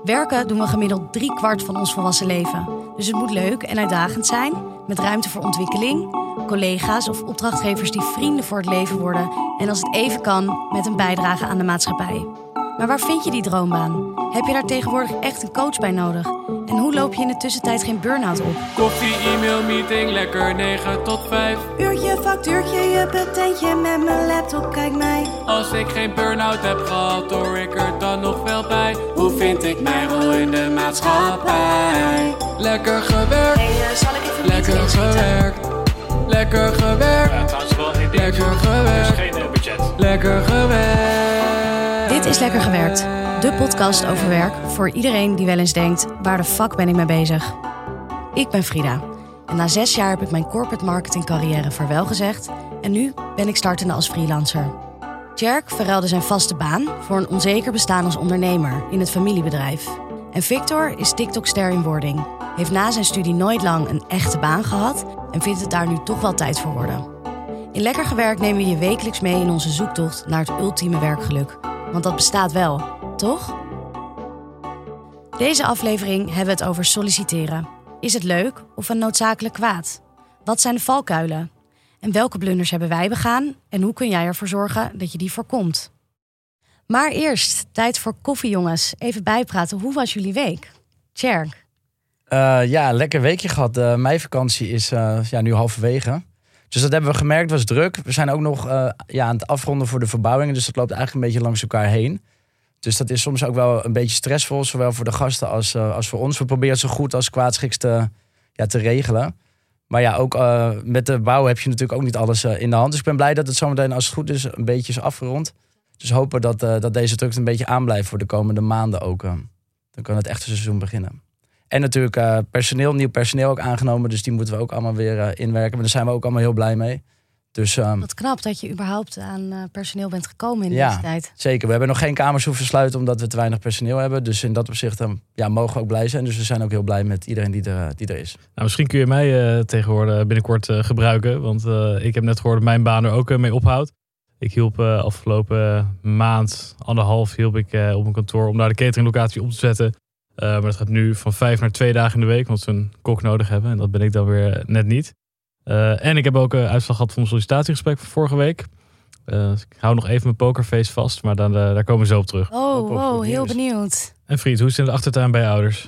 Werken doen we gemiddeld 3/4 van ons volwassen leven. Dus het moet leuk en uitdagend zijn, met ruimte voor ontwikkeling, collega's of opdrachtgevers die vrienden voor het leven worden en als het even kan, met een bijdrage aan de maatschappij. Maar waar vind je die droombaan? Heb je daar tegenwoordig echt een coach bij nodig? En hoe loop je in de tussentijd geen burn-out op? Koffie, e-mail, meeting, lekker 9 tot 5. Uurtje, factuurtje, je patentje, met mijn laptop, kijk mij. Als ik geen burn-out heb gehad, hoor ik er dan nog wel bij. Hoe vind ik mijn rol in de maatschappij? Lekker gewerkt, Zal ik even lekker gewerkt. Lekker gewerkt, Ja, trouwens wel geen lekker dus gewerkt, geen budget. lekker gewerkt. Dit is Lekker Gewerkt, de podcast over werk voor iedereen die wel eens denkt, waar de fuck ben ik mee bezig? Ik ben Frida en na 6 jaar heb ik mijn corporate marketing carrière vaarwel gezegd en nu ben ik startende als freelancer. Tjerk verruilde zijn vaste baan voor een onzeker bestaan als ondernemer in het familiebedrijf. En Victor is TikTok-ster in wording, heeft na zijn studie nooit lang een echte baan gehad en vindt het daar nu toch wel tijd voor worden. In Lekker Gewerkt nemen we je wekelijks mee in onze zoektocht naar het ultieme werkgeluk. Want dat bestaat wel, toch? Deze aflevering hebben we het over solliciteren. Is het leuk of een noodzakelijk kwaad? Wat zijn de valkuilen? En welke blunders hebben wij begaan? En hoe kun jij ervoor zorgen dat je die voorkomt? Maar eerst, tijd voor koffie, jongens. Even bijpraten. Hoe was jullie week? Tjerk. Ja, lekker weekje gehad. Mijn vakantie is nu halverwege. Dus dat hebben we gemerkt, was druk. We zijn ook nog aan het afronden voor de verbouwingen. Dus dat loopt eigenlijk een beetje langs elkaar heen. Dus dat is soms ook wel een beetje stressvol. Zowel voor de gasten als voor ons. We proberen het zo goed als kwaadschiks te regelen. Maar ja, ook met de bouw heb je natuurlijk ook niet alles in de hand. Dus ik ben blij dat het zometeen, als het goed is, een beetje is afgerond. Dus hopen dat deze drukte een beetje aanblijft voor de komende maanden ook. Dan kan het echte seizoen beginnen. En natuurlijk nieuw personeel ook aangenomen. Dus die moeten we ook allemaal weer inwerken. Maar daar zijn we ook allemaal heel blij mee. Dus, Wat knap dat je überhaupt aan personeel bent gekomen in deze tijd. Zeker. We hebben nog geen kamers hoeven sluiten omdat we te weinig personeel hebben. Dus in dat opzicht mogen we ook blij zijn. Dus we zijn ook heel blij met iedereen die er is. Nou, misschien kun je mij tegenwoordig binnenkort gebruiken. Want ik heb net gehoord dat mijn baan er ook mee ophoudt. Ik hielp afgelopen maand, 1,5 hielp ik op een kantoor om daar de cateringlocatie op te zetten. Maar dat gaat nu van 5 naar 2 dagen in de week, omdat we een kok nodig hebben. En dat ben ik dan weer net niet. En ik heb ook uitslag gehad van mijn sollicitatiegesprek van vorige week. Dus ik hou nog even mijn pokerface vast, maar daar komen we zo op terug. Oh, heel benieuwd. En Fried, hoe is het in de achtertuin bij je ouders?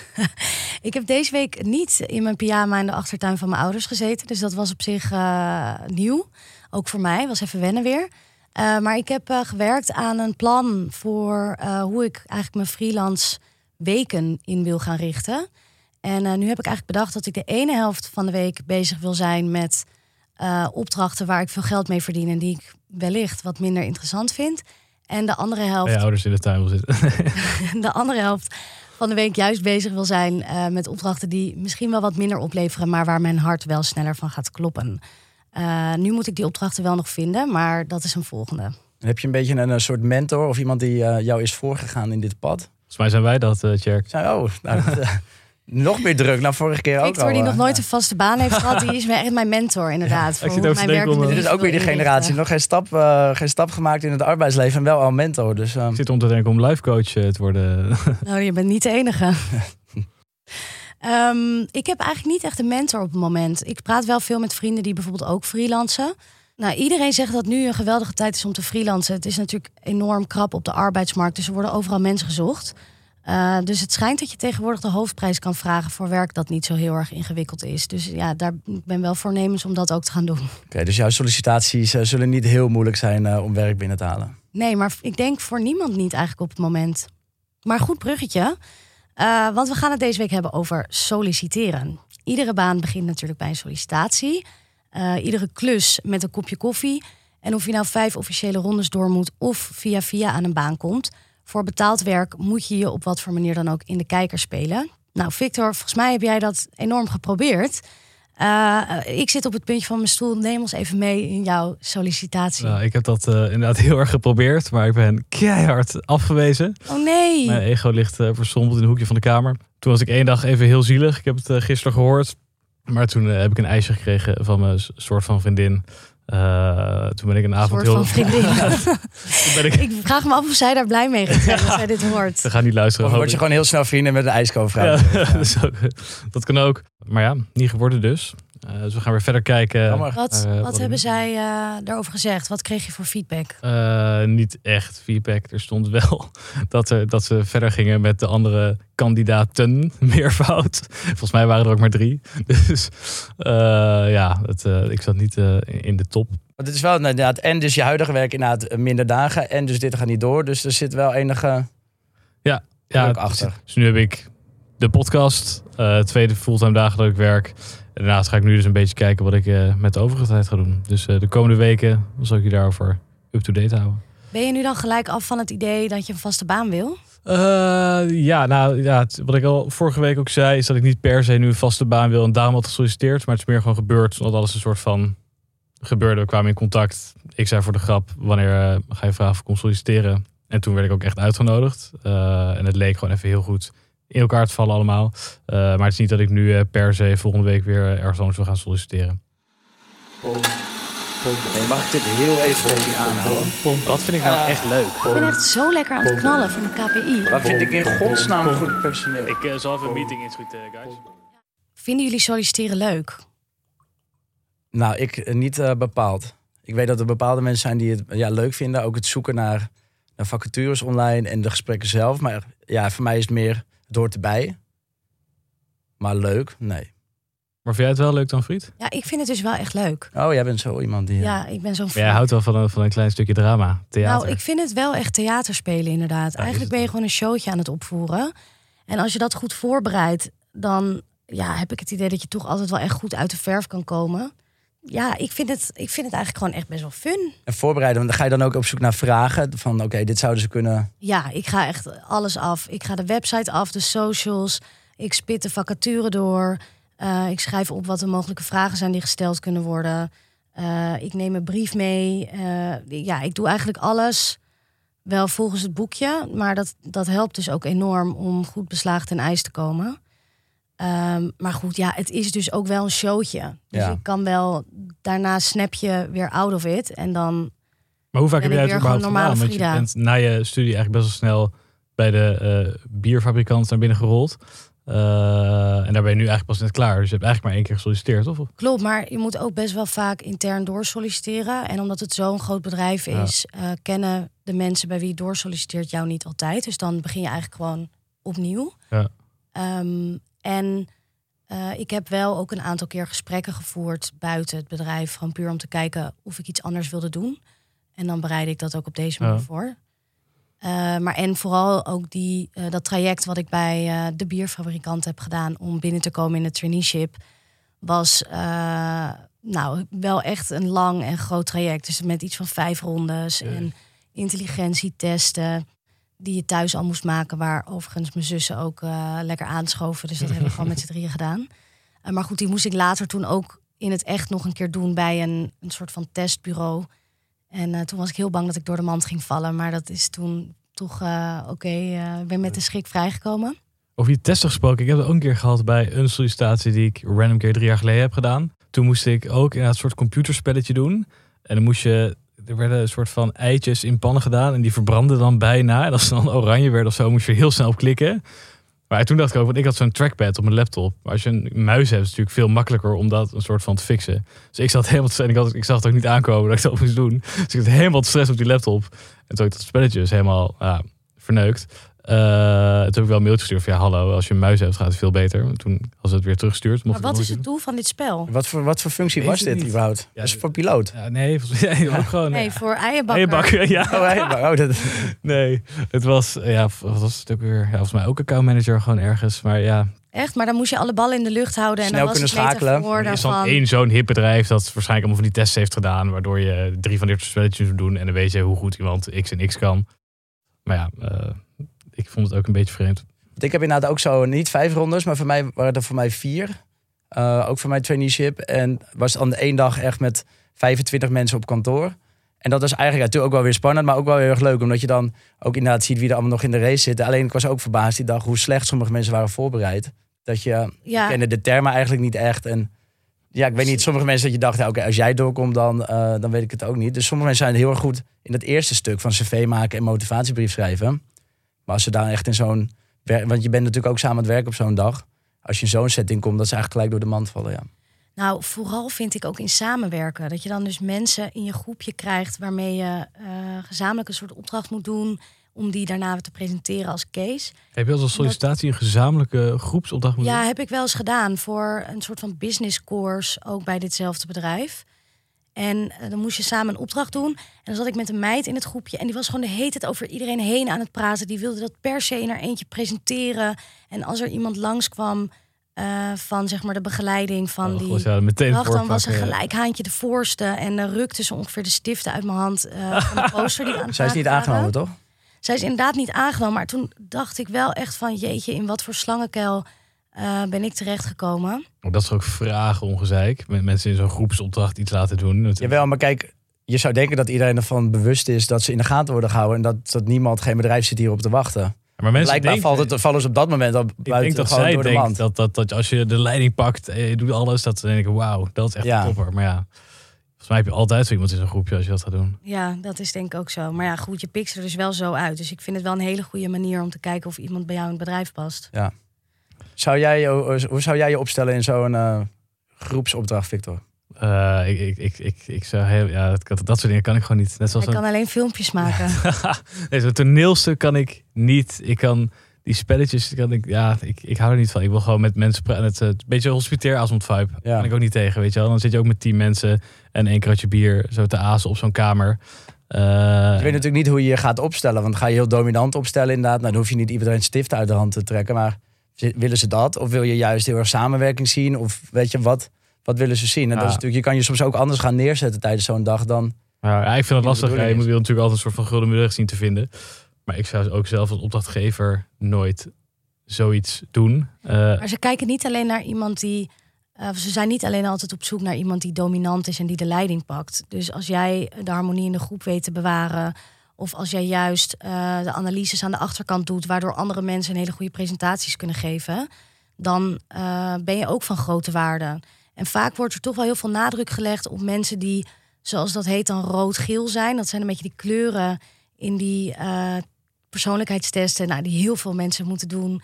Ik heb deze week niet in mijn pyjama in de achtertuin van mijn ouders gezeten. Dus dat was op zich nieuw. Ook voor mij, was even wennen weer. Maar ik heb gewerkt aan een plan voor hoe ik eigenlijk mijn freelance weken in wil gaan richten. En nu heb ik eigenlijk bedacht dat ik de ene helft van de week bezig wil zijn met opdrachten waar ik veel geld mee verdien en die ik wellicht wat minder interessant vind. En de andere helft. Bij je ouders in de tuin wil zitten. De andere helft van de week juist bezig wil zijn met opdrachten die misschien wel wat minder opleveren, maar waar mijn hart wel sneller van gaat kloppen. Nu moet ik die opdrachten wel nog vinden, maar dat is een volgende. Heb je een beetje een soort mentor of iemand die jou is voorgegaan in dit pad? Volgens mij zijn wij dat, Tjerk. Nog meer druk dan vorige keer ook al. Victor, die nog nooit een vaste baan heeft gehad, die is echt mijn mentor inderdaad. Ja, voor hoe mijn werk Dit is ook weer die generatie. Nog geen stap gemaakt in het arbeidsleven en wel al mentor. Dus, Ik zit om te denken om life coach te worden. Nou, je bent niet de enige. Ik heb eigenlijk niet echt een mentor op het moment. Ik praat wel veel met vrienden die bijvoorbeeld ook freelancen. Nou, iedereen zegt dat nu een geweldige tijd is om te freelancen. Het is natuurlijk enorm krap op de arbeidsmarkt, dus er worden overal mensen gezocht. Dus het schijnt dat je tegenwoordig de hoofdprijs kan vragen voor werk dat niet zo heel erg ingewikkeld is. Dus ja, ik ben wel voornemens om dat ook te gaan doen. Oké, dus jouw sollicitaties zullen niet heel moeilijk zijn om werk binnen te halen? Nee, maar ik denk voor niemand niet eigenlijk op het moment. Maar goed bruggetje, want we gaan het deze week hebben over solliciteren. Iedere baan begint natuurlijk bij een sollicitatie. Iedere klus met een kopje koffie. En of je nou 5 officiële rondes door moet of via aan een baan komt, voor betaald werk moet je je op wat voor manier dan ook in de kijker spelen. Nou, Victor, volgens mij heb jij dat enorm geprobeerd. Ik zit op het puntje van mijn stoel. Neem ons even mee in jouw sollicitatie. Nou, ik heb dat inderdaad heel erg geprobeerd, maar ik ben keihard afgewezen. Oh nee! Mijn ego ligt versombeld in een hoekje van de kamer. Toen was ik 1 dag even heel zielig. Ik heb het gisteren gehoord. Maar toen heb ik een ijsje gekregen van mijn soort van vriendin. Toen ben ik een avond Een soort van vriendin. Ik vraag me af of zij daar blij mee gaat zijn als zij dit hoort. Ze gaan niet luisteren. Of word je gewoon heel snel vrienden met een ijskoolvrouw. Dat kan ook. Maar ja, niet geworden dus. Dus we gaan weer verder kijken. Wat hebben zij daarover gezegd? Wat kreeg je voor feedback? Niet echt feedback. Er stond wel dat ze verder gingen met de andere kandidaten. Meervoud. Volgens mij waren er ook maar 3. Dus ik zat niet in de top. Want het is wel inderdaad, en dus je huidige werk inderdaad minder dagen. En dus dit gaat niet door. Dus er zit wel enige druk achter. Dus nu heb ik de podcast. 2 fulltime dagen dat ik werk. En daarnaast ga ik nu dus een beetje kijken wat ik met de overige tijd ga doen. Dus de komende weken zal ik je daarover up-to-date houden. Ben je nu dan gelijk af van het idee dat je een vaste baan wil? Wat ik al vorige week ook zei, is dat ik niet per se nu een vaste baan wil en daarom had gesolliciteerd. Maar het is meer gewoon gebeurd, omdat alles een soort van gebeurde. We kwamen in contact. Ik zei voor de grap, wanneer ga je vragen of ik kon solliciteren? En toen werd ik ook echt uitgenodigd. En het leek gewoon even heel goed in elkaar te vallen allemaal. Maar het is niet dat ik nu per se volgende week weer ergens anders wil gaan solliciteren. Mag ik dit heel even aanhouden? Wat vind ik nou echt leuk? Ik ben echt zo lekker aan het knallen van de KPI. Wat vind ik in godsnaam goed personeel? Ik zal even een meeting inschieten, guys. Vinden jullie solliciteren leuk? Nou, ik niet bepaald. Ik weet dat er bepaalde mensen zijn die het leuk vinden. Ook het zoeken naar vacatures online en de gesprekken zelf. Maar ja, voor mij is het meer, het hoort erbij. Maar leuk, nee. Maar vind jij het wel leuk dan, Fried? Ja, ik vind het dus wel echt leuk. Oh, jij bent zo iemand die... Ja, ik ben zo'n Jij houdt wel van een klein stukje drama, theater. Nou, ik vind het wel echt theaterspelen inderdaad. Ja, eigenlijk ben je gewoon een showtje aan het opvoeren. En als je dat goed voorbereidt, dan heb ik het idee dat je toch altijd wel echt goed uit de verf kan komen. Ja, ik vind het eigenlijk gewoon echt best wel fun. En voorbereiden, want dan ga je dan ook op zoek naar vragen. Van oké, dit zouden ze kunnen... Ja, ik ga echt alles af. Ik ga de website af, de socials. Ik spit de vacature door. Ik schrijf op wat de mogelijke vragen zijn die gesteld kunnen worden. Ik neem een brief mee. Ik doe eigenlijk alles wel volgens het boekje. Maar dat helpt dus ook enorm om goed beslagen ten ijs te komen. Maar goed, het is dus ook wel een showtje. Dus ik kan wel, daarna snap je weer out of it. En dan maar hoe vaak heb jij het überhaupt gedaan? Want je bent na je studie eigenlijk best wel snel bij de bierfabrikant naar binnen gerold. En daar ben je nu eigenlijk pas net klaar. Dus je hebt eigenlijk maar 1 keer gesolliciteerd, of? Klopt, maar je moet ook best wel vaak intern doorsolliciteren. En omdat het zo'n groot bedrijf is, kennen de mensen bij wie je doorsolliciteert jou niet altijd. Dus dan begin je eigenlijk gewoon opnieuw. Ja. Ik heb wel ook een aantal keer gesprekken gevoerd buiten het bedrijf. Gewoon puur om te kijken of ik iets anders wilde doen. En dan bereid ik dat ook op deze manier voor. En vooral ook dat traject wat ik bij de bierfabrikant heb gedaan om binnen te komen in het traineeship, was wel echt een lang en groot traject. Dus met iets van 5 rondes en intelligentietesten die je thuis al moest maken, waar overigens mijn zussen ook lekker aanschoven. Dus dat hebben we gewoon met z'n 3 gedaan. Maar goed, die moest ik later toen ook in het echt nog een keer doen bij een soort van testbureau. En toen was ik heel bang dat ik door de mand ging vallen. Maar dat is toen toch ik ben met de schrik vrijgekomen. Over die testen gesproken. Ik heb het ook een keer gehad bij een sollicitatie die ik random keer 3 jaar geleden heb gedaan. Toen moest ik ook in een soort computerspelletje doen. En dan moest je... Er werden een soort van eitjes in pannen gedaan. En die verbrandden dan bijna. En als ze dan oranje werden of zo, moest je heel snel op klikken. Maar toen dacht ik ook, want ik had zo'n trackpad op mijn laptop. Maar als je een muis hebt, is het natuurlijk veel makkelijker om dat een soort van te fixen. Dus ik zat helemaal te stressen. Ik zag het ook niet aankomen dat ik dat moest doen. Dus ik had helemaal te stress op die laptop. En toen had ik dat spelletje dus helemaal verneukt. Toen heb ik wel een mailtje gestuurd van hallo, als je een muis hebt gaat het veel beter. Toen was het weer teruggestuurd. Maar wat is het doel van dit spel? Wat voor functie was dit überhaupt? Ja, is het voor piloot? Ja, nee, ook gewoon. Nee, voor eierbakker. Eierbakker, ja. Dat... Nee, het was, wat was het ook weer? Ja, volgens mij ook accountmanager gewoon ergens, maar ja. Echt, maar dan moest je alle ballen in de lucht houden. Snel en dan kunnen was het schakelen. Er is dan 1 zo'n hip bedrijf dat waarschijnlijk allemaal van die tests heeft gedaan, waardoor je 3 van dit soort spelletjes moet doen en dan weet je hoe goed iemand X en X kan. Maar ja, ik vond het ook een beetje vreemd. Ik heb inderdaad ook zo, niet 5 rondes, maar voor mij waren er 4. Ook voor mijn traineeship. En was dan de 1 dag echt met 25 mensen op kantoor. En dat was eigenlijk natuurlijk ook wel weer spannend, maar ook wel heel erg leuk. Omdat je dan ook inderdaad ziet wie er allemaal nog in de race zitten. Alleen ik was ook verbaasd die dag hoe slecht sommige mensen waren voorbereid. Dat je kende de termen eigenlijk niet echt. En Ja, ik weet niet. Sommige mensen dat je dacht, oké, als jij doorkomt, dan weet ik het ook niet. Dus sommige mensen zijn heel erg goed in dat eerste stuk van cv maken en motivatiebrief schrijven. Maar als ze daar echt in zo'n... Want je bent natuurlijk ook samen aan het werken op zo'n dag. Als je in zo'n setting komt, dat ze eigenlijk gelijk door de mand vallen, ja. Nou, vooral vind ik ook in samenwerken. Dat je dan dus mensen in je groepje krijgt waarmee je gezamenlijk een soort opdracht moet doen om die daarna te presenteren als case. Heb je als sollicitatie een gezamenlijke groepsopdracht moeten doen? Ja, heb ik wel eens gedaan voor een soort van business course, ook bij ditzelfde bedrijf. En dan moest je samen een opdracht doen. En dan zat ik met een meid in het groepje en die was gewoon de hele tijd over iedereen heen aan het praten. Die wilde dat per se in haar eentje presenteren. En als er iemand langskwam van zeg maar de begeleiding van die dag, dan was ze gelijk haantje de voorste en rukte ze ongeveer de stiften uit mijn hand van de poster die we aan het Zij is niet aangenomen, toch? Zij is inderdaad niet aangenomen, maar toen dacht ik wel echt van jeetje, in wat voor slangenkuil ben ik terechtgekomen. Dat is ook vragen ongezeik. Met mensen in zo'n groepsopdracht iets laten doen. Jawel, maar kijk, je zou denken dat iedereen ervan bewust is dat ze in de gaten worden gehouden en dat niemand, geen bedrijf zit hierop te wachten. Maar mensen blijkbaar vallen ze op dat moment al buiten dat gewoon door de mand. Dat als je de leiding pakt en je doet alles, dat dan denk ik, wauw, dat is echt een topper. Maar ja, volgens mij heb je altijd zo iemand in zo'n groepje als je dat gaat doen. Ja, dat is denk ik ook zo. Maar ja, goed, je pikt er dus wel zo uit. Dus ik vind het wel een hele goede manier om te kijken of iemand bij jou in het bedrijf past. Ja. Hoe zou jij je opstellen in zo'n groepsopdracht, Victor? Ik zou heel, dat soort dingen kan ik gewoon niet. Net zoals ik kan alleen filmpjes maken. Nee, zo'n toneelstuk kan ik niet. Ik kan die spelletjes, ik hou er niet van. Ik wil gewoon met mensen praten. Het een beetje hospiteeravond vibe. Ja. Kan ik ook niet tegen, weet je wel. Dan zit je ook met 10 mensen en 1 kratje bier zo te azen op zo'n kamer. Je weet natuurlijk niet hoe je je gaat opstellen. Want ga je heel dominant opstellen inderdaad. Nou, dan hoef je niet iedereen stift uit de hand te trekken. Maar willen ze dat? Of wil je juist heel erg samenwerking zien? Of weet je, wat willen ze zien? En dat is natuurlijk, je kan je soms ook anders gaan neerzetten tijdens zo'n dag dan... Ja, ik vind het lastig. Je moet natuurlijk altijd een soort van gulden middag zien te vinden. Maar ik zou ook zelf als opdrachtgever nooit zoiets doen. Maar ze kijken niet alleen naar iemand die... ze zijn niet alleen altijd op zoek naar iemand die dominant is en die de leiding pakt. Dus als jij de harmonie in de groep weet te bewaren, of als jij juist de analyses aan de achterkant doet, waardoor andere mensen een hele goede presentaties kunnen geven, dan ben je ook van grote waarde. En vaak wordt er toch wel heel veel nadruk gelegd op mensen die, zoals dat heet, dan rood-geel zijn. Dat zijn een beetje die kleuren in die persoonlijkheidstesten, nou, die heel veel mensen moeten doen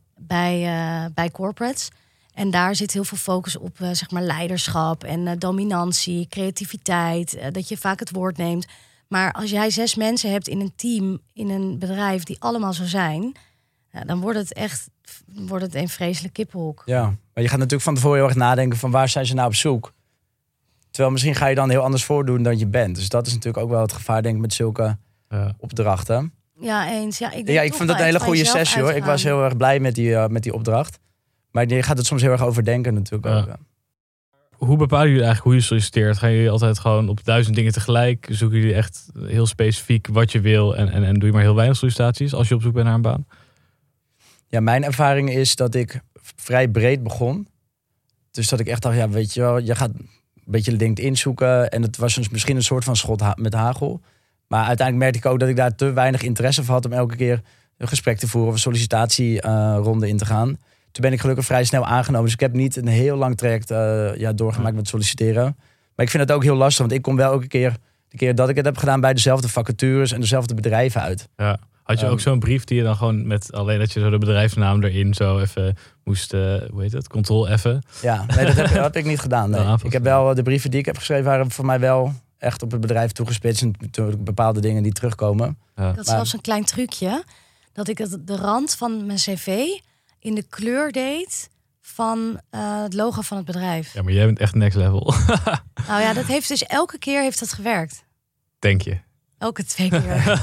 bij corporates. En daar zit heel veel focus op zeg maar leiderschap en dominantie, creativiteit, dat je vaak het woord neemt. Maar als jij 6 mensen hebt in een team, in een bedrijf die allemaal zo zijn, dan wordt het een vreselijk kippenhok. Ja, maar je gaat natuurlijk van tevoren heel erg nadenken van waar zijn ze nou op zoek. Terwijl misschien ga je dan heel anders voordoen dan je bent. Dus dat is natuurlijk ook wel het gevaar, denk ik, met zulke opdrachten. Ja, eens. Ja, ik vond het een hele goede sessie, hoor. Ik was heel erg blij met die opdracht. Maar je gaat het soms heel erg overdenken natuurlijk ook. Hoe bepalen jullie eigenlijk hoe je solliciteert? Gaan jullie altijd gewoon op 1000 dingen tegelijk? Zoeken jullie echt heel specifiek wat je wil en doe je maar heel weinig sollicitaties als je op zoek bent naar een baan? Ja, mijn ervaring is dat ik vrij breed begon. Dus dat ik echt dacht, ja, weet je wel, je gaat een beetje LinkedIn zoeken. En het was misschien een soort van schot met hagel. Maar uiteindelijk merkte ik ook dat ik daar te weinig interesse voor had om elke keer een gesprek te voeren of een sollicitatieronde in te gaan. Toen ben ik gelukkig vrij snel aangenomen. Dus ik heb niet een heel lang traject doorgemaakt met solliciteren. Maar ik vind het ook heel lastig. Want ik kom wel elke keer, de keer dat ik het heb gedaan, bij dezelfde vacatures en dezelfde bedrijven uit. Ja. Had je ook zo'n brief die je dan gewoon met alleen dat je zo de bedrijfsnaam erin zo even moest, hoe heet het, control F? Ja, nee, dat heb ik niet gedaan. Nee. Ik heb wel, de brieven die ik heb geschreven waren voor mij wel echt op het bedrijf toegespitst. En natuurlijk bepaalde dingen die terugkomen. Ja. Ik had zelfs een klein trucje. Dat ik de rand van mijn cv in de kleur deed van het logo van het bedrijf. Ja, maar jij bent echt next level. Nou ja, dat heeft dus elke keer heeft dat gewerkt. Denk je? Elke 2 keer.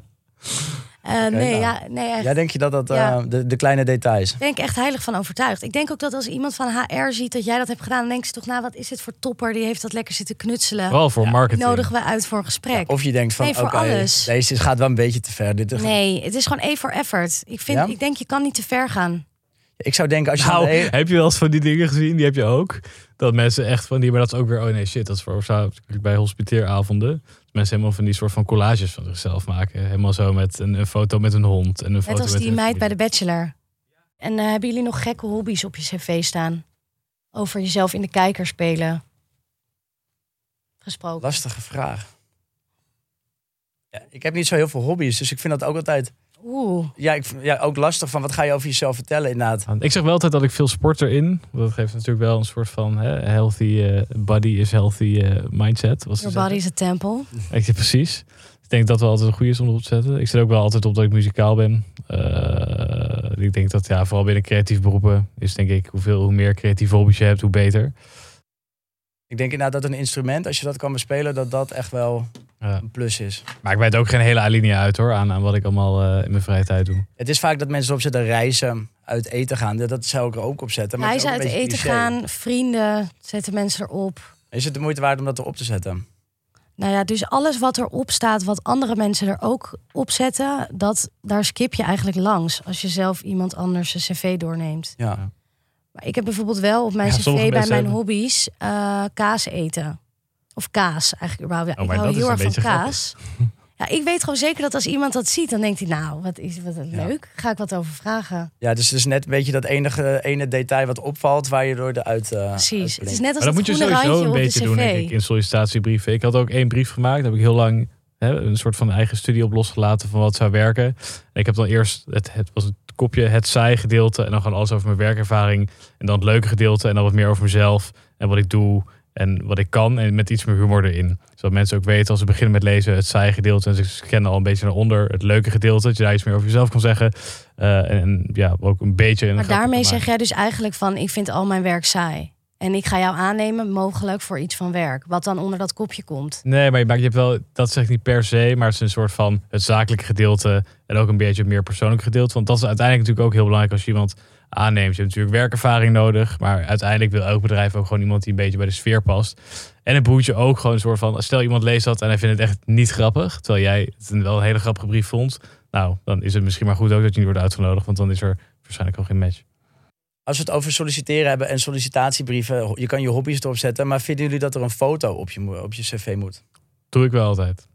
Nee, echt. Ja, denk je dat de kleine details? Ik denk echt heilig van overtuigd. Ik denk ook dat als iemand van HR ziet dat jij dat hebt gedaan, dan denken ze toch, nou, wat is dit voor topper? Die heeft dat lekker zitten knutselen. Vooral voor marketing. Die nodigen we uit voor een gesprek. Ja, of je denkt van, deze gaat wel een beetje te ver. Nee, het is gewoon A for effort. Ik denk, je kan niet te ver gaan. Ik zou denken, als je... heb je wel eens van die dingen gezien? Die heb je ook. Dat mensen echt van die, maar dat is ook weer, oh nee, shit, dat is voor bij hospiteeravonden. Mensen helemaal van die soort van collages van zichzelf maken. Helemaal zo met een foto met een hond. En een foto net als met die meid bij de Bachelor. En hebben jullie nog gekke hobby's op je cv staan? over jezelf in de kijker spelen gesproken? Lastige vraag. Ja, ik heb niet zo heel veel hobby's, dus ik vind dat ook altijd... Ja, ook lastig van wat ga je over jezelf vertellen inderdaad. Ik zeg wel altijd dat ik veel sport erin. Dat geeft natuurlijk wel een soort van healthy body is healthy mindset. Your body is a temple. Ja, precies. Ik denk dat wel altijd een goede is om erop te zetten. Ik zet ook wel altijd op dat ik muzikaal ben. Ik denk dat vooral binnen creatieve beroepen is denk ik hoe meer creatieve hobby's je hebt, hoe beter. Ik denk inderdaad dat een instrument, als je dat kan bespelen, dat echt wel een plus is. Maar ik weet ook geen hele alinea uit hoor, aan wat ik allemaal in mijn vrije tijd doe. Het is vaak dat mensen erop zetten reizen, uit eten gaan. Dat zou ik er ook op zetten. Maar reizen, uit eten gaan, vrienden, zetten mensen erop. Is het de moeite waard om dat erop te zetten? Nou ja, dus alles wat erop staat, wat andere mensen er ook op zetten, daar skip je eigenlijk langs als je zelf iemand anders een cv doorneemt. Ja. Maar ik heb bijvoorbeeld wel op mijn cv bij mijn hobby's kaas eten. Of kaas eigenlijk überhaupt. Ik hou heel erg van kaas. Ja, ik weet gewoon zeker dat als iemand dat ziet, dan denkt hij, nou, wat leuk. Ga ik wat over vragen. Ja, dus het is net een beetje dat ene detail wat opvalt waar je door de uit. Precies. Het is net als dat moet je sowieso een beetje doen, denk ik, in sollicitatiebrieven. Ik had ook 1 brief gemaakt. Daar heb ik heel lang een soort van eigen studie op losgelaten van wat zou werken. En ik heb dan eerst het was het kopje het saai gedeelte en dan gewoon alles over mijn werkervaring en dan het leuke gedeelte en dan wat meer over mezelf en wat ik doe en wat ik kan en met iets meer humor erin. Zodat mensen ook weten als ze beginnen met lezen het saai gedeelte en ze scannen al een beetje naar onder het leuke gedeelte, dat je daar iets meer over jezelf kan zeggen en ook een beetje. Maar daarmee zeg jij dus eigenlijk van ik vind al mijn werk saai. En ik ga jou aannemen, mogelijk voor iets van werk. Wat dan onder dat kopje komt. Nee, maar je hebt wel, dat zeg ik niet per se, maar het is een soort van het zakelijke gedeelte en ook een beetje het meer persoonlijke gedeelte. Want dat is uiteindelijk natuurlijk ook heel belangrijk als je iemand aanneemt. Je hebt natuurlijk werkervaring nodig, maar uiteindelijk wil elk bedrijf ook gewoon iemand die een beetje bij de sfeer past. En het boeit je ook gewoon een soort van, stel iemand leest dat en hij vindt het echt niet grappig, terwijl jij het wel een hele grappige brief vond. Nou, dan is het misschien maar goed ook dat je niet wordt uitgenodigd, want dan is er waarschijnlijk ook geen match. Als we het over solliciteren hebben en sollicitatiebrieven, je kan je hobby's erop zetten, maar vinden jullie dat er een foto op je cv moet? Doe ik wel altijd.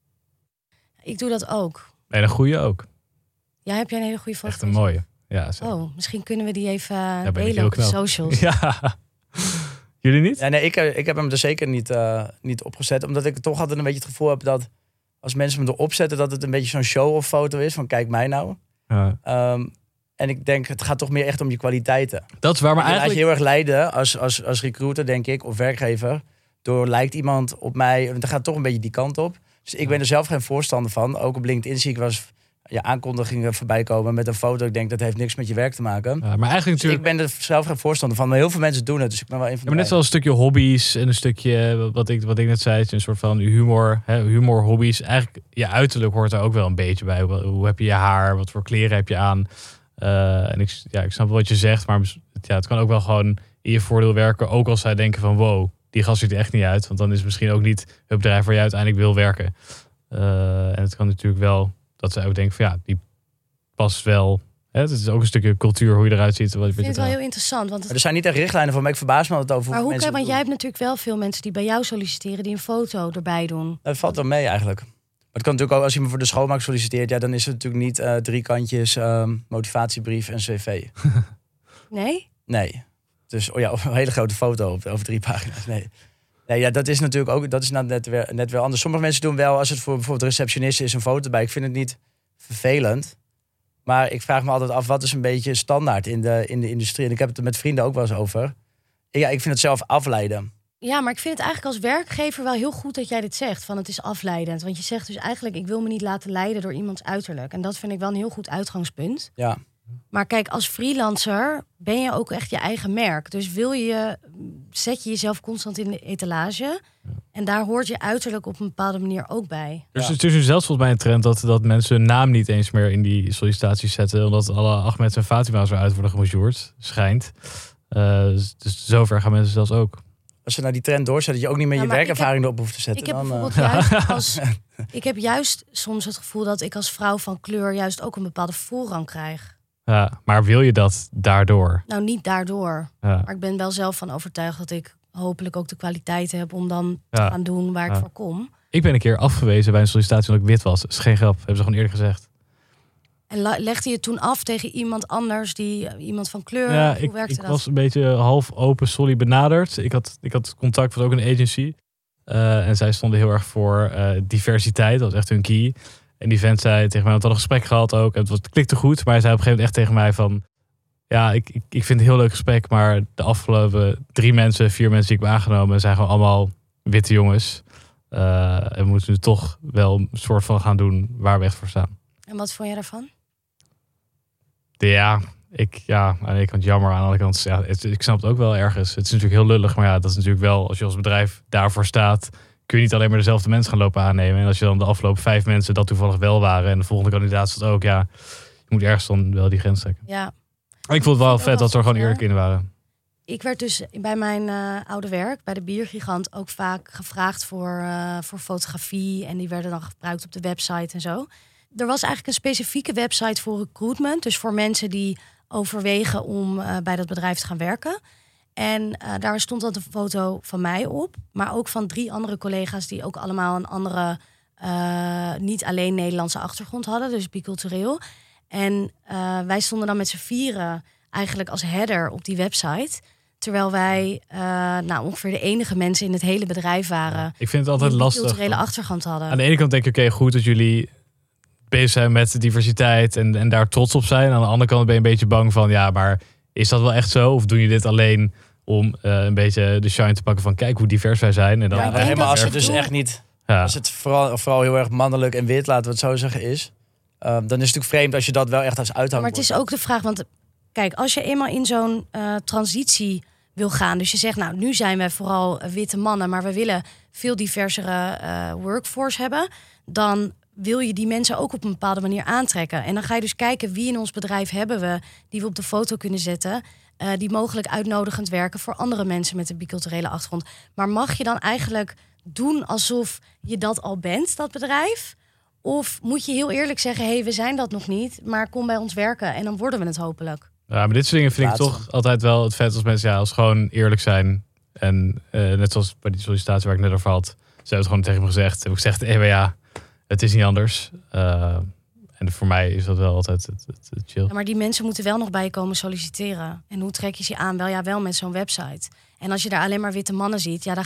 Ik doe dat ook. En een goede ook. Ja, heb jij een hele goede foto? Echt een mooie. Ja, misschien kunnen we die even delen op de socials. Ja. Jullie niet? Ja, nee, ik heb hem er zeker niet opgezet, omdat ik toch altijd een beetje het gevoel heb dat als mensen hem erop zetten, dat het een beetje zo'n show-off foto is van kijk mij nou. Ja. En ik denk, het gaat toch meer echt om je kwaliteiten. Dat is waar, maar eigenlijk... Als je heel erg leiden als recruiter, denk ik, of werkgever, door lijkt iemand op mij, dan gaat toch een beetje die kant op. Dus ik ben er zelf geen voorstander van. Ook op LinkedIn zie ik wel eens aankondigingen voorbij komen met een foto. Ik denk, dat heeft niks met je werk te maken. Ja, maar eigenlijk natuurlijk... Ik ben er zelf geen voorstander van, maar heel veel mensen doen het. Dus ik ben wel een van de maar net wel een stukje hobby's en een stukje, wat ik net zei, een soort van humor hobby's. Eigenlijk, je uiterlijk hoort er ook wel een beetje bij. Hoe heb je je haar? Wat voor kleren heb je aan? En ik snap wat je zegt, maar het kan ook wel gewoon in je voordeel werken. Ook als zij denken van wow, die gast ziet er echt niet uit. Want dan is het misschien ook niet het bedrijf waar je uiteindelijk wil werken. En het kan natuurlijk wel dat zij ook denken van die past wel. Het is ook een stukje cultuur, hoe je eruit ziet. Ik vind het wel heel interessant. Want er zijn niet echt richtlijnen voor, maar ik verbaas me altijd over. Maar want jij hebt natuurlijk wel veel mensen die bij jou solliciteren, die een foto erbij doen. Dat valt wel mee eigenlijk. Maar het kan natuurlijk ook, als je me voor de schoonmaak solliciteert, dan is het natuurlijk niet 3 kantjes motivatiebrief en cv. Nee? Nee. Dus een hele grote foto over 3 pagina's. Nee, dat is natuurlijk ook, dat is net weer anders. Sommige mensen doen wel, als het voor bijvoorbeeld receptionisten is, een foto bij. Ik vind het niet vervelend. Maar ik vraag me altijd af, wat is een beetje standaard in de industrie? En ik heb het er met vrienden ook wel eens over. Ja, ik vind het zelf afleiden. Ja, maar ik vind het eigenlijk als werkgever wel heel goed dat jij dit zegt. Van het is afleidend. Want je zegt dus eigenlijk, ik wil me niet laten leiden door iemands uiterlijk. En dat vind ik wel een heel goed uitgangspunt. Ja. Maar kijk, als freelancer ben je ook echt je eigen merk. Dus zet je jezelf constant in de etalage. En daar hoort je uiterlijk op een bepaalde manier ook bij. Dus het is nu zelfs volgens mij een trend dat mensen hun naam niet eens meer in die sollicitaties zetten. Omdat alle Ahmed en Fatima's eruit worden gemazjoerd. Schijnt. Dus zover gaan mensen zelfs ook. Als je nou die trend doorzet, dat je ook niet meer je werkervaring erop hoeft te zetten. Ik heb bijvoorbeeld ik heb juist soms het gevoel dat ik als vrouw van kleur juist ook een bepaalde voorrang krijg. Ja, maar wil je dat daardoor? Nou, niet daardoor. Ja. Maar ik ben wel zelf van overtuigd dat ik hopelijk ook de kwaliteiten heb om dan te gaan doen waar ik voor kom. Ik ben een keer afgewezen bij een sollicitatie omdat ik wit was. Dat is geen grap, hebben ze gewoon eerlijk gezegd. En legde je toen af tegen iemand anders, iemand van kleur? Ja, Hoe werkte ik dat? was een beetje half open Solly benaderd. Ik had contact met ook een agency. En zij stonden heel erg voor diversiteit. Dat was echt hun key. En die vent zei tegen mij, we hadden een gesprek gehad ook. Het klikte goed, maar hij zei op een gegeven moment echt tegen mij van... Ja, ik vind het een heel leuk gesprek, maar de afgelopen 4 mensen die ik heb aangenomen zijn gewoon allemaal witte jongens. En we moeten nu toch wel een soort van gaan doen waar we echt voor staan. En wat vond je daarvan? Ja, aan de ene kant jammer, aan de andere kant, ja, ik snap het ook wel ergens. Het is natuurlijk heel lullig, maar ja, dat is natuurlijk wel, als je als bedrijf daarvoor staat, kun je niet alleen maar dezelfde mensen gaan lopen aannemen. En als je dan de afgelopen 5 mensen dat toevallig wel waren en de volgende kandidaat staat ook, ja, je moet ergens dan wel die grens trekken. Ja. Ik vond het wel vet dat ze er gewoon eerlijk in waren. Ik werd dus bij mijn oude werk, bij de Biergigant, ook vaak gevraagd voor fotografie. En die werden dan gebruikt op de website en zo. Er was eigenlijk een specifieke website voor recruitment. Dus voor mensen die overwegen om bij dat bedrijf te gaan werken. En daar stond dan een foto van mij op. Maar ook van 3 andere collega's die ook allemaal een andere, niet alleen Nederlandse achtergrond hadden. Dus bicultureel. En wij stonden dan met z'n 4 eigenlijk als header op die website. Terwijl wij ongeveer de enige mensen in het hele bedrijf waren. Ik vind het altijd die lastig. Die culturele achtergrond hadden. Aan de ene kant denk ik, oké, goed dat jullie bezig zijn met diversiteit en daar trots op zijn. Aan de andere kant ben je een beetje bang van, ja, maar is dat wel echt zo? Of doen je dit alleen om een beetje de shine te pakken van, kijk hoe divers wij zijn? En dan Ja, maar helemaal als het dus echt niet... Ja. Als het vooral heel erg mannelijk en wit, laten we het zo zeggen, is... dan is het natuurlijk vreemd als je dat wel echt als uithangbord... Maar het is ook de vraag, want kijk, als je eenmaal in zo'n transitie wil gaan... dus je zegt, nou, nu zijn we vooral witte mannen... maar we willen veel diversere workforce hebben... dan wil je die mensen ook op een bepaalde manier aantrekken. En dan ga je dus kijken wie in ons bedrijf hebben we... die we op de foto kunnen zetten... die mogelijk uitnodigend werken voor andere mensen met een biculturele achtergrond. Maar mag je dan eigenlijk doen alsof je dat al bent, dat bedrijf? Of moet je heel eerlijk zeggen, hey, we zijn dat nog niet, maar kom bij ons werken en dan worden we het hopelijk. Ja, maar dit soort dingen vind ik toch altijd wel het vet als mensen, als gewoon eerlijk zijn. En net zoals bij die sollicitatie waar ik net over had, ze hebben het gewoon tegen me gezegd. Heb ik gezegd, ja, het is niet anders. En voor mij is dat wel altijd het chill. Ja, maar die mensen moeten wel nog bij je komen solliciteren. En hoe trek je ze aan? Wel met zo'n website. En als je daar alleen maar witte mannen ziet, dan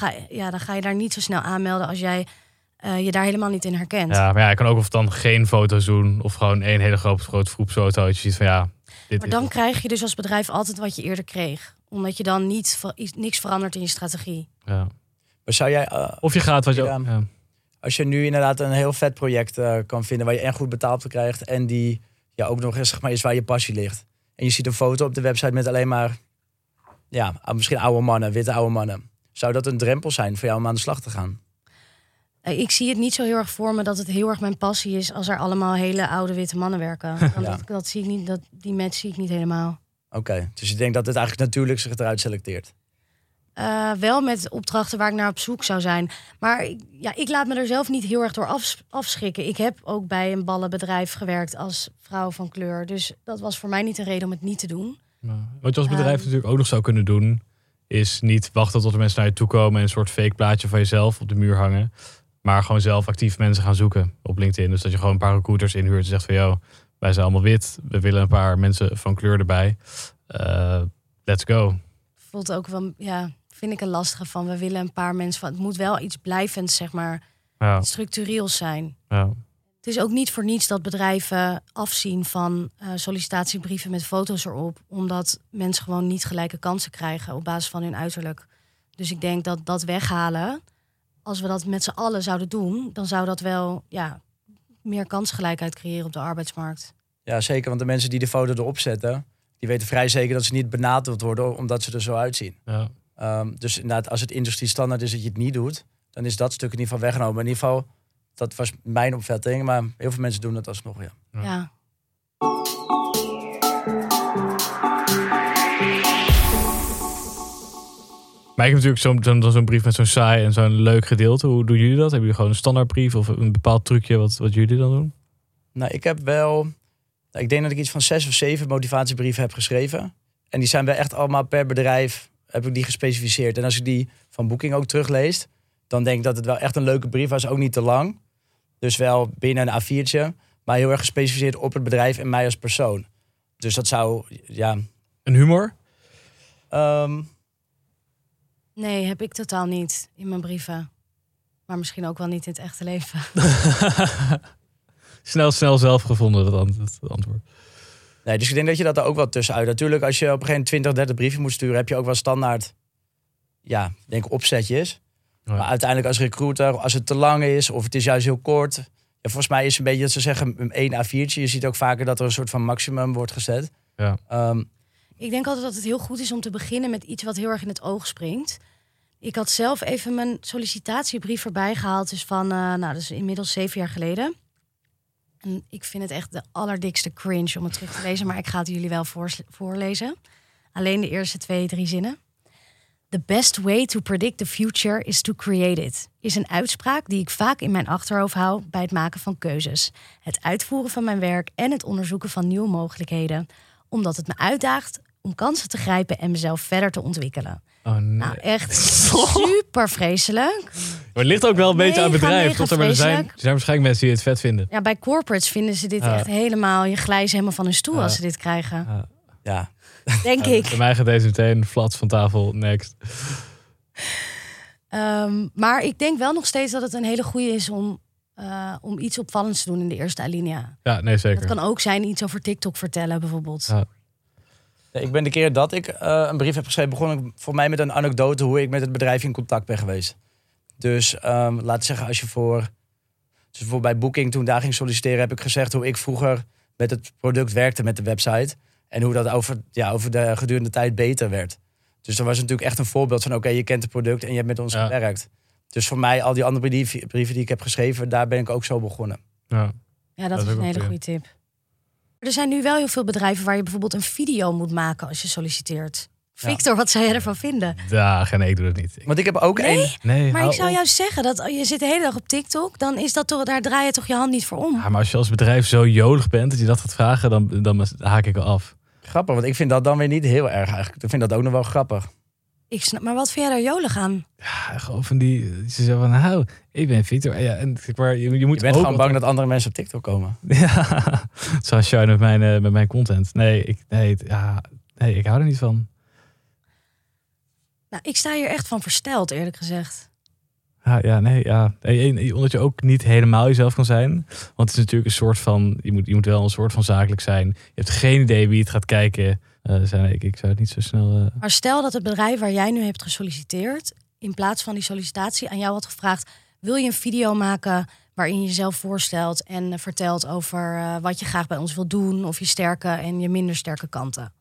ga je daar niet zo snel aanmelden als jij je daar helemaal niet in herkent. Ja, maar ja, ik kan ook of dan geen foto's doen of gewoon één hele grote groepsfoto. Dat je ziet van maar dan krijg je dus als bedrijf altijd wat je eerder kreeg. Omdat je dan niks verandert in je strategie. Ja. Maar zou jij... of je gaat wat je... Ja. Als je nu inderdaad een heel vet project kan vinden waar je echt goed betaald voor krijgt en die ook nog eens, zeg maar, is waar je passie ligt. En je ziet een foto op de website met alleen maar, misschien oude mannen, witte oude mannen. Zou dat een drempel zijn voor jou om aan de slag te gaan? Ik zie het niet zo heel erg voor me dat het heel erg mijn passie is als er allemaal hele oude witte mannen werken. Dat zie ik niet, die match zie ik niet helemaal. Oké, dus je denkt dat het eigenlijk natuurlijk zich eruit selecteert? Wel met opdrachten waar ik naar op zoek zou zijn. Maar ik laat me er zelf niet heel erg door afschrikken. Ik heb ook bij een ballenbedrijf gewerkt als vrouw van kleur. Dus dat was voor mij niet een reden om het niet te doen. Wat je als bedrijf natuurlijk ook nog zou kunnen doen, is niet wachten tot er mensen naar je toe komen en een soort fake plaatje van jezelf op de muur hangen. Maar gewoon zelf actief mensen gaan zoeken op LinkedIn. Dus dat je gewoon een paar recruiters inhuurt en zegt van, wij zijn allemaal wit. We willen een paar mensen van kleur erbij. Let's go. Voelt ook wel, vind ik een lastige van. We willen een paar mensen van. Het moet wel iets blijvends, zeg maar, structureels zijn. Ja. Het is ook niet voor niets dat bedrijven afzien van sollicitatiebrieven met foto's erop. Omdat mensen gewoon niet gelijke kansen krijgen op basis van hun uiterlijk. Dus ik denk dat weghalen, als we dat met z'n allen zouden doen, dan zou dat wel meer kansgelijkheid creëren op de arbeidsmarkt. Ja, zeker. Want de mensen die de foto erop zetten, die weten vrij zeker dat ze niet benadeeld worden omdat ze er zo uitzien. Ja. Dus inderdaad, als het industriestandaard is dat je het niet doet, dan is dat stuk in ieder geval weggenomen. Maar in ieder geval, dat was mijn opvatting. Maar heel veel mensen doen dat alsnog, ja. Maar ik heb natuurlijk zo'n brief met zo'n saai en zo'n leuk gedeelte. Hoe doen jullie dat? Hebben jullie gewoon een standaardbrief of een bepaald trucje wat jullie dan doen? Nou, ik heb wel... Ik denk dat ik iets van 6 of 7 motivatiebrieven heb geschreven. En die zijn wel echt allemaal per bedrijf, heb ik die gespecificeerd. En als ik die van Booking ook teruglees, dan denk ik dat het wel echt een leuke brief was. Ook niet te lang. Dus wel binnen een A4'tje. maar heel erg gespecificeerd op het bedrijf en mij als persoon. Dus dat zou, ja... Een humor? Nee, heb ik totaal niet in mijn brieven. Maar misschien ook wel niet in het echte leven. Snel zelf gevonden, dat antwoord. Nee, dus ik denk dat je dat er ook wel tussenuit... Natuurlijk, als je op een gegeven moment 20, 30 brieven moet sturen... heb je ook wel standaard, opzetjes. Ja. Maar uiteindelijk als recruiter, als het te lang is... of het is juist heel kort... Ja, volgens mij is het een beetje dat ze zeggen een 1 A4'tje. Je ziet ook vaker dat er een soort van maximum wordt gezet. Ja. Ik denk altijd dat het heel goed is om te beginnen met iets wat heel erg in het oog springt. Ik had zelf even mijn sollicitatiebrief erbij gehaald. Dus van, dat is inmiddels 7 jaar geleden. En ik vind het echt de allerdikste cringe om het terug te lezen. Maar ik ga het jullie wel voorlezen. Alleen de eerste 2-3 zinnen. The best way to predict the future is to create it. Is een uitspraak die ik vaak in mijn achterhoofd hou bij het maken van keuzes. Het uitvoeren van mijn werk en het onderzoeken van nieuwe mogelijkheden. Omdat het me uitdaagt om kansen te grijpen en mezelf verder te ontwikkelen. Oh, nee. Nou, echt super vreselijk. Maar het ligt ook wel een beetje aan het bedrijf. Tot er zijn waarschijnlijk mensen die het vet vinden. Ja, bij corporates vinden ze dit echt helemaal... Je glijst helemaal van hun stoel als ze dit krijgen. Ja. Denk ik. Bij mij gaat deze meteen flats van tafel. Next. Maar ik denk wel nog steeds dat het een hele goede is om iets opvallends te doen in de eerste alinea. Ja, nee, zeker. Dat kan ook zijn iets over TikTok vertellen bijvoorbeeld. Ja. Ja, ik ben de keer dat ik een brief heb geschreven... begon ik voor mij met een anekdote hoe ik met het bedrijf in contact ben geweest. Dus laten we zeggen, als je bijvoorbeeld bij Booking toen daar ging solliciteren... heb ik gezegd hoe ik vroeger met het product werkte met de website... en hoe dat over de gedurende tijd beter werd. Dus dat was natuurlijk echt een voorbeeld van... oké, je kent het product en je hebt met ons gewerkt. Dus voor mij, al die andere brieven die ik heb geschreven... daar ben ik ook zo begonnen. Ja, dat is een hele goede tip. Er zijn nu wel heel veel bedrijven waar je bijvoorbeeld een video moet maken als je solliciteert. Victor, wat zou jij ervan vinden? Ja, nee, ik doe dat niet. Want ik heb ook Nee, maar ik zou juist zeggen dat je zit de hele dag op TikTok, dan is dat toch, daar draai je toch je hand niet voor om. Ja, maar als je als bedrijf zo jolig bent dat je dat gaat vragen, dan haak ik al af. Grappig, want ik vind dat dan weer niet heel erg eigenlijk. Ik vind dat ook nog wel grappig. Maar wat vind jij daar jolig aan? Ja, gewoon van die zo van, ik ben Victor. Ja, en je moet bent gewoon bang dat andere mensen op TikTok komen. Ja, zoals shine met mijn content. Nee, ik hou er niet van. Nou, ik sta hier echt van versteld, eerlijk gezegd. Omdat je ook niet helemaal jezelf kan zijn. Want het is natuurlijk een soort van, je moet wel een soort van zakelijk zijn. Je hebt geen idee wie het gaat kijken. Ik zou het niet zo snel... Maar stel dat het bedrijf waar jij nu hebt gesolliciteerd, in plaats van die sollicitatie aan jou had gevraagd, wil je een video maken waarin je jezelf voorstelt en vertelt over wat je graag bij ons wil doen, of je sterke en je minder sterke kanten?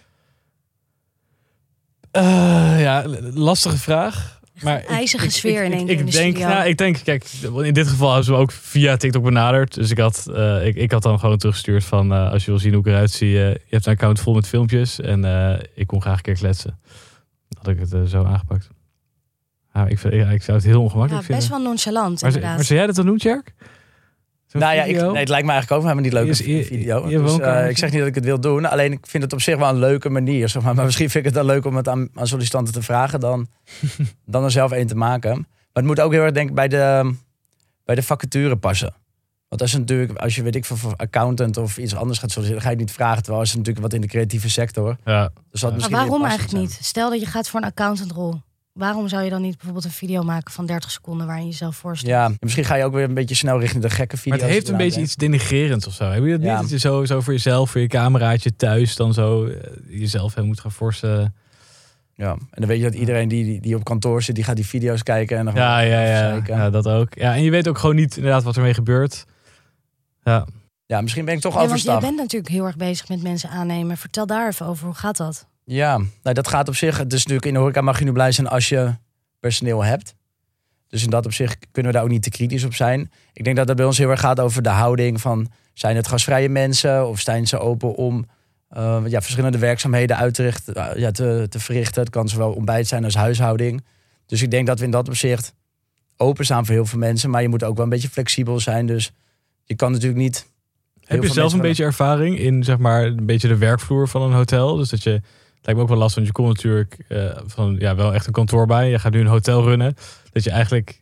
Lastige vraag. Maar ijzige sfeer in één keer in de studio. Ik denk, kijk, in dit geval hebben ze me ook via TikTok benaderd. Dus ik had dan gewoon teruggestuurd van, als je wil zien hoe ik eruit zie, je hebt een account vol met filmpjes en ik kon graag een keer kletsen. Dan had ik het zo aangepakt. Ik zou het heel ongemakkelijk vinden. Best wel nonchalant, maar inderdaad. Maar zou jij dat dan doen, Tjerk? Het lijkt me eigenlijk ook helemaal niet leuk, een video. Ik zeg niet dat ik het wil doen. Alleen ik vind het op zich wel een leuke manier. Zeg maar misschien vind ik het dan leuk om het aan sollicitanten te vragen dan er zelf een te maken. Maar het moet ook heel erg, denk ik, bij de vacature passen. Want als je natuurlijk, weet ik, voor accountant of iets anders gaat solliciteren, ga je het niet vragen. Terwijl is het natuurlijk wat in de creatieve sector. Ja. Dus maar waarom eigenlijk niet? Stel dat je gaat voor een accountantrol. Waarom zou je dan niet bijvoorbeeld een video maken van 30 seconden waarin je jezelf voorstelt? Ja, misschien ga je ook weer een beetje snel richting de gekke video's. Maar het heeft een beetje iets denigrerends of zo. Heb je dat niet? Dat je zo voor jezelf, voor je cameraatje thuis dan zo jezelf moet gaan voorstellen. Ja, en dan weet je dat iedereen die op kantoor zit, die gaat die video's kijken. En dan ja, dat ook. Ja, en je weet ook gewoon niet inderdaad wat ermee gebeurt. Ja, misschien ben ik toch overstap. Want jij bent natuurlijk heel erg bezig met mensen aannemen. Vertel daar even over, hoe gaat dat? Ja, nou, dat gaat op zich. Dus natuurlijk in de horeca mag je nu blij zijn als je personeel hebt. Dus in dat opzicht kunnen we daar ook niet te kritisch op zijn. Ik denk dat het bij ons heel erg gaat over de houding van, zijn het gastvrije mensen of zijn ze open om verschillende werkzaamheden uit te verrichten. Het kan zowel ontbijt zijn als huishouding. Dus ik denk dat we in dat opzicht openstaan voor heel veel mensen. Maar je moet ook wel een beetje flexibel zijn. Dus je kan natuurlijk niet... Heb je zelf een beetje ervaring in, zeg maar, een beetje de werkvloer van een hotel? Dus dat je Het lijkt me ook wel lastig, want je komt natuurlijk wel echt een kantoor bij. Je gaat nu een hotel runnen. Dat je eigenlijk,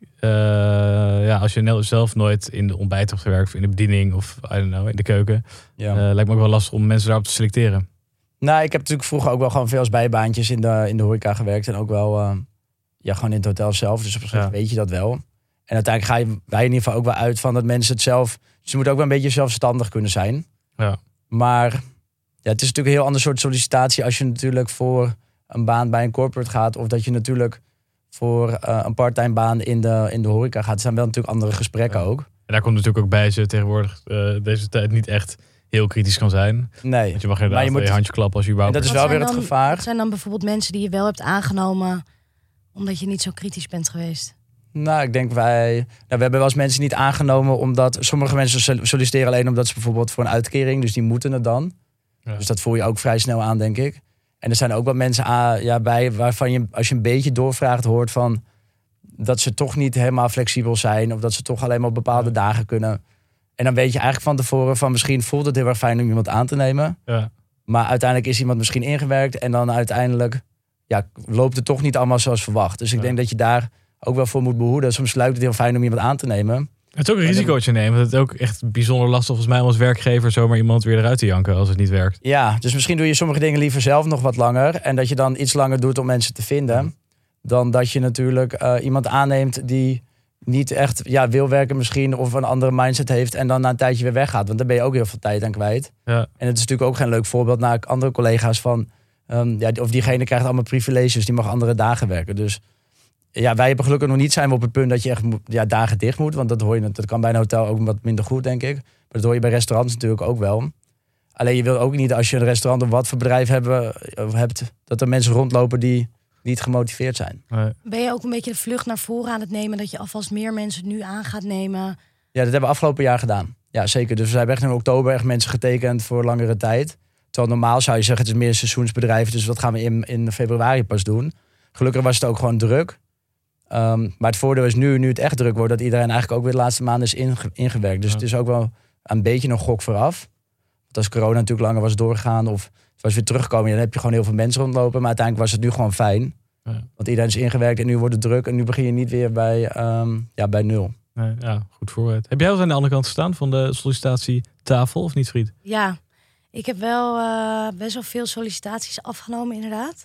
als je zelf nooit in de ontbijt hebt gewerkt, of in de bediening of in de keuken. Ja. Lijkt me ook wel lastig om mensen daarop te selecteren. Nou, ik heb natuurlijk vroeger ook wel gewoon veel als bijbaantjes in de horeca gewerkt. En ook wel gewoon in het hotel zelf. Dus op zich weet je dat wel. En uiteindelijk ga je bij in ieder geval ook wel uit van dat mensen het zelf... Ze moeten ook wel een beetje zelfstandig kunnen zijn. Ja. Maar het is natuurlijk een heel ander soort sollicitatie als je natuurlijk voor een baan bij een corporate gaat. Of dat je natuurlijk voor een parttime baan in de horeca gaat. Er zijn wel natuurlijk andere gesprekken ook. En daar komt natuurlijk ook bij dat je tegenwoordig deze tijd niet echt heel kritisch kan zijn. Nee. Want je mag inderdaad je handje klappen als je überhaupt... Dat is wel weer het gevaar. Wat zijn dan bijvoorbeeld mensen die je wel hebt aangenomen omdat je niet zo kritisch bent geweest? Nou, ik denk we hebben wel eens mensen niet aangenomen omdat sommige mensen solliciteren alleen omdat ze bijvoorbeeld voor een uitkering, dus die moeten het dan. Ja. Dus dat voel je ook vrij snel aan, denk ik. En er zijn ook wat mensen bij waarvan je, als je een beetje doorvraagt, hoort van dat ze toch niet helemaal flexibel zijn of dat ze toch alleen maar op bepaalde dagen kunnen. En dan weet je eigenlijk van tevoren van misschien voelt het heel erg fijn om iemand aan te nemen. Ja. Maar uiteindelijk is iemand misschien ingewerkt en dan uiteindelijk loopt het toch niet allemaal zoals verwacht. Dus ik denk dat je daar ook wel voor moet behoeden. Soms lijkt het heel fijn om iemand aan te nemen. Het is ook een risicootje nemen. Het is ook echt bijzonder lastig volgens mij om als werkgever zomaar iemand weer eruit te janken als het niet werkt. Ja, dus misschien doe je sommige dingen liever zelf nog wat langer. En dat je dan iets langer doet om mensen te vinden. Dan dat je natuurlijk iemand aanneemt die niet echt wil werken misschien of een andere mindset heeft en dan na een tijdje weer weggaat. Want daar ben je ook heel veel tijd aan kwijt. Ja. En het is natuurlijk ook geen leuk voorbeeld naar andere collega's van of diegene krijgt allemaal privileges, die mag andere dagen werken. Dus wij hebben gelukkig nog niet zijn we op het punt dat je echt dagen dicht moet. Want dat kan bij een hotel ook wat minder goed, denk ik. Maar dat hoor je bij restaurants natuurlijk ook wel. Alleen je wil ook niet als je een restaurant of wat voor bedrijf hebt, dat er mensen rondlopen die niet gemotiveerd zijn. Nee. Ben je ook een beetje de vlucht naar voren aan het nemen, dat je alvast meer mensen nu aan gaat nemen? Ja, dat hebben we afgelopen jaar gedaan. Ja, zeker. Dus we hebben echt in oktober echt mensen getekend voor langere tijd. Terwijl normaal zou je zeggen, het is meer een seizoensbedrijf, dus dat gaan we in februari pas doen. Gelukkig was het ook gewoon druk. Maar het voordeel is nu het echt druk wordt, dat iedereen eigenlijk ook weer de laatste maanden is ingewerkt. Dus het is ook wel een beetje een gok vooraf. Want als corona natuurlijk langer was doorgegaan of was weer terugkomen, dan heb je gewoon heel veel mensen rondlopen. Maar uiteindelijk was het nu gewoon fijn. Ja. Want iedereen is ingewerkt en nu wordt het druk en nu begin je niet weer bij nul. Nee, goed voorbeeld. Heb jij wel aan de andere kant gestaan van de sollicitatietafel of niet, Fried? Ja, ik heb wel best wel veel sollicitaties afgenomen inderdaad.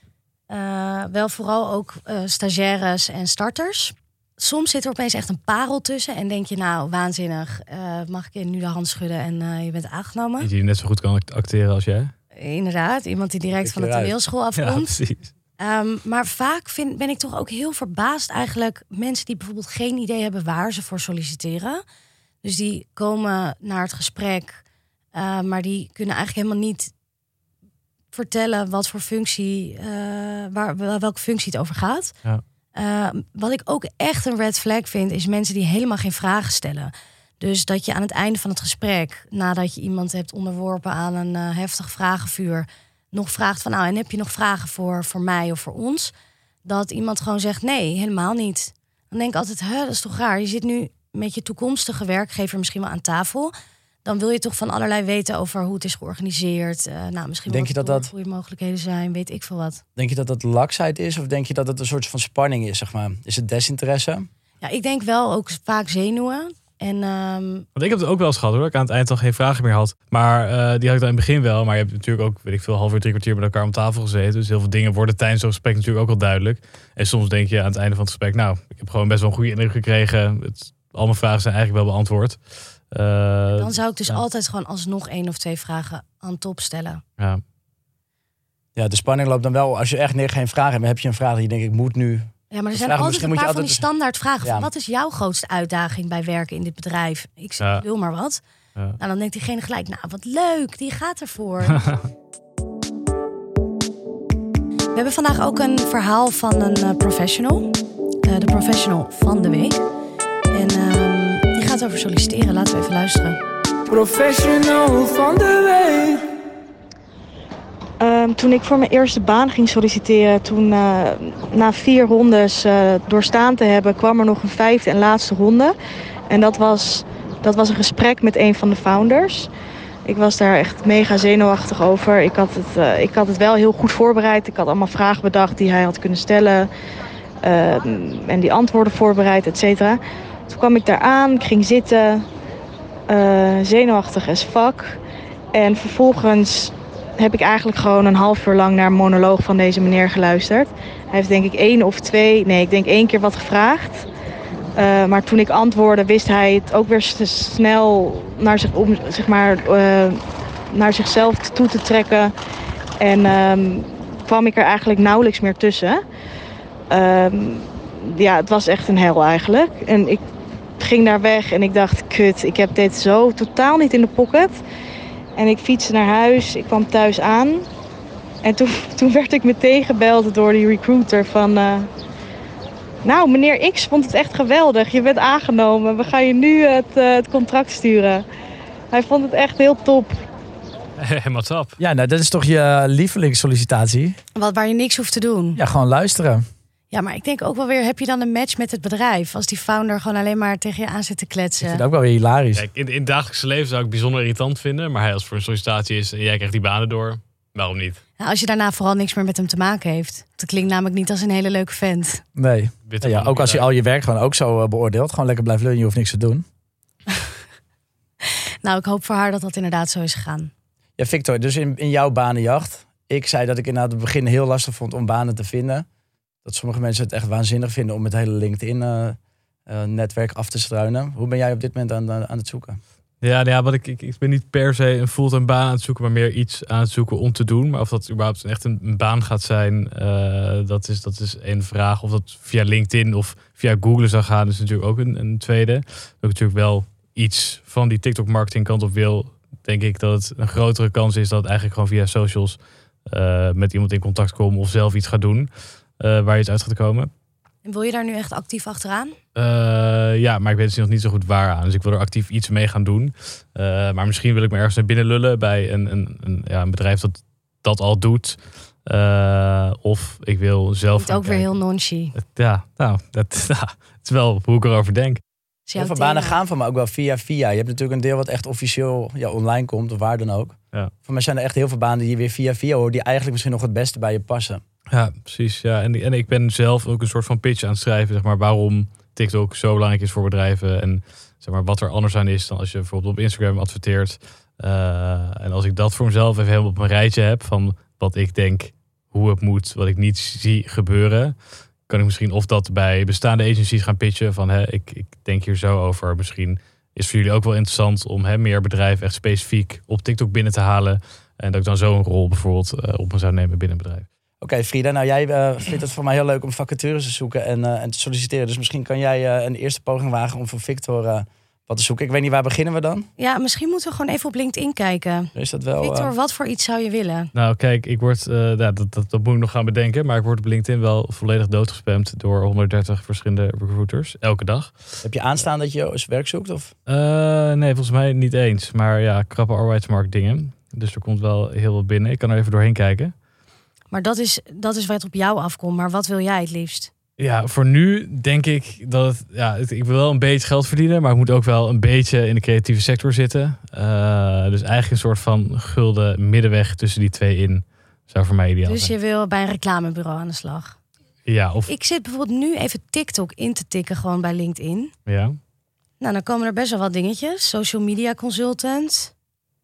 Wel vooral ook stagiaires en starters. Soms zit er opeens echt een parel tussen en denk je nou waanzinnig, mag ik je nu de hand schudden en je bent aangenomen. Die net zo goed kan acteren als jij. Inderdaad, iemand die direct van de toneelschool afkomt. Ja, precies. Maar vaak ben ik toch ook heel verbaasd eigenlijk mensen die bijvoorbeeld geen idee hebben waar ze voor solliciteren. Dus die komen naar het gesprek, maar die kunnen eigenlijk helemaal niet vertellen wat voor functie, welke functie het over gaat. Ja. Wat ik ook echt een red flag vind, is mensen die helemaal geen vragen stellen. Dus dat je aan het einde van het gesprek, nadat je iemand hebt onderworpen aan een heftig vragenvuur, nog vraagt van en heb je nog vragen voor mij of voor ons? Dat iemand gewoon zegt nee, helemaal niet. Dan denk ik altijd, dat is toch raar? Je zit nu met je toekomstige werkgever misschien wel aan tafel. Dan wil je toch van allerlei weten over hoe het is georganiseerd. Misschien denk je dat goede mogelijkheden zijn, weet ik veel wat. Denk je dat dat laksheid is of denk je dat het een soort van spanning is, zeg maar? Is het desinteresse? Ja, ik denk wel ook vaak zenuwen. Want ik heb het ook wel eens gehad hoor, dat ik aan het eind al geen vragen meer had. Maar die had ik dan in het begin wel. Maar je hebt natuurlijk ook, weet ik veel, half uur, 3 kwartier met elkaar om tafel gezeten. Dus heel veel dingen worden tijdens zo'n gesprek natuurlijk ook al duidelijk. En soms denk je aan het einde van het gesprek, nou, ik heb gewoon best wel een goede indruk gekregen. Al mijn vragen zijn eigenlijk wel beantwoord. Dan zou ik dus altijd gewoon alsnog 1 of 2 vragen aan top stellen. Ja, de spanning loopt dan wel. Als je echt geen vragen hebt, heb je een vraag die je denkt, ik moet nu. Ja, maar er zijn altijd een paar van die standaard vragen. Van, wat is jouw grootste uitdaging bij werken in dit bedrijf? Ik wil maar wat. Ja. Nou, dan denkt diegene gelijk, nou wat leuk, die gaat ervoor. We hebben vandaag ook een verhaal van een professional. De professional van de week. En die gaat over solliciteren. Laten we even luisteren. Professional van de week. Toen ik voor mijn eerste baan ging solliciteren, toen na 4 rondes doorstaan te hebben, kwam er nog een 5e en laatste ronde. En dat was een gesprek met een van de founders. Ik was daar echt mega zenuwachtig over. Ik had het wel heel goed voorbereid. Ik had allemaal vragen bedacht die hij had kunnen stellen. En die antwoorden voorbereid, et cetera. Toen kwam ik daar aan, ik ging zitten. Zenuwachtig as fuck. En vervolgens heb ik eigenlijk gewoon een half uur lang naar een monoloog van deze meneer geluisterd. Hij heeft denk ik 1 keer wat gevraagd. Maar toen ik antwoordde, wist hij het ook weer snel naar zichzelf toe te trekken. En kwam ik er eigenlijk nauwelijks meer tussen. Het was echt een hel eigenlijk. En ik ging daar weg en ik dacht, kut, ik heb dit zo totaal niet in de pocket. En ik fietste naar huis, ik kwam thuis aan. En toen werd ik meteen gebeld door die recruiter van... Nou, meneer X vond het echt geweldig. Je bent aangenomen. We gaan je nu het contract sturen. Hij vond het echt heel top. What's up? Ja, nou, dat is toch je lievelingssollicitatie? Waar je niks hoeft te doen. Ja, gewoon luisteren. Ja, maar ik denk ook wel weer, heb je dan een match met het bedrijf? Als die founder gewoon alleen maar tegen je aan zit te kletsen. Ik vind het ook wel weer hilarisch. Kijk, in het dagelijkse leven zou ik bijzonder irritant vinden. Maar als het voor een sollicitatie is en jij krijgt die banen door, waarom niet? Nou, als je daarna vooral niks meer met hem te maken heeft. Dat klinkt namelijk niet als een hele leuke vent. Nee. Ja, ook als je al je werk gewoon ook zo beoordeelt. Gewoon lekker blijft leunen, je hoeft niks te doen. Nou, ik hoop voor haar dat dat inderdaad zo is gegaan. Ja, Victor, dus in jouw banenjacht. Ik zei dat ik inderdaad het begin heel lastig vond om banen te vinden. Dat sommige mensen het echt waanzinnig vinden om het hele LinkedIn-netwerk af te struinen. Hoe ben jij op dit moment aan het zoeken? Ja, wat ik ben niet per se een fulltime baan aan het zoeken, maar meer iets aan het zoeken om te doen. Maar of dat überhaupt echt een baan gaat zijn, dat is één vraag. Of dat via LinkedIn of via Google zou gaan, is natuurlijk ook een tweede. Dat ik natuurlijk wel iets van die TikTok-marketing kant op wil, denk ik dat het een grotere kans is dat het eigenlijk gewoon via socials met iemand in contact komen of zelf iets gaat doen waar je iets uit gaat komen. En wil je daar nu echt actief achteraan? Ja, maar ik weet nog niet zo goed waar aan. Dus ik wil er actief iets mee gaan doen. Maar misschien wil ik me ergens naar binnen lullen bij een bedrijf dat al doet. Of ik wil zelf. Het ook weer heel nonchalant. Ja, nou, het is wel hoe ik erover denk. Heel veel banen gaan van me ook wel via. Je hebt natuurlijk een deel wat echt officieel online komt, of waar dan ook. Ja. Voor mij zijn er echt heel veel banen die je weer via hoort, die eigenlijk misschien nog het beste bij je passen. Ja, precies. Ja. En ik ben zelf ook een soort van pitch aan het schrijven, zeg maar, waarom TikTok zo belangrijk is voor bedrijven. En zeg maar, wat er anders aan is dan als je bijvoorbeeld op Instagram adverteert. En als ik dat voor mezelf even helemaal op mijn rijtje heb van wat ik denk, hoe het moet, wat ik niet zie gebeuren, kan ik misschien of dat bij bestaande agencies gaan pitchen van ik denk hier zo over. Misschien is voor jullie ook wel interessant om meer bedrijven echt specifiek op TikTok binnen te halen. En dat ik dan zo een rol bijvoorbeeld op me zou nemen binnen een bedrijf. Oké, Frida, nou jij vindt het voor mij heel leuk om vacatures te zoeken en te solliciteren. Dus misschien kan jij een eerste poging wagen om voor Victor wat te zoeken. Ik weet niet, waar beginnen we dan? Ja, misschien moeten we gewoon even op LinkedIn kijken. Is dat wel? Victor, wat voor iets zou je willen? Nou, kijk, ik word, dat moet ik nog gaan bedenken. Maar ik word op LinkedIn wel volledig doodgespamd door 130 verschillende recruiters. Elke dag. Heb je aanstaan dat je werk zoekt? Of? Nee, volgens mij niet eens. Maar ja, krappe arbeidsmarkt dingen. Dus er komt wel heel wat binnen. Ik kan er even doorheen kijken. Maar dat is wat op jou afkomt. Maar wat wil jij het liefst? Ja, voor nu denk ik dat ik wil wel een beetje geld verdienen, maar ik moet ook wel een beetje in de creatieve sector zitten. Dus eigenlijk een soort van gulden middenweg tussen die twee in zou voor mij ideaal zijn. Dus je wil bij een reclamebureau aan de slag? Ja, of... Ik zit bijvoorbeeld nu even TikTok in te tikken gewoon bij LinkedIn. Ja. Nou, dan komen er best wel wat dingetjes. Social media consultant.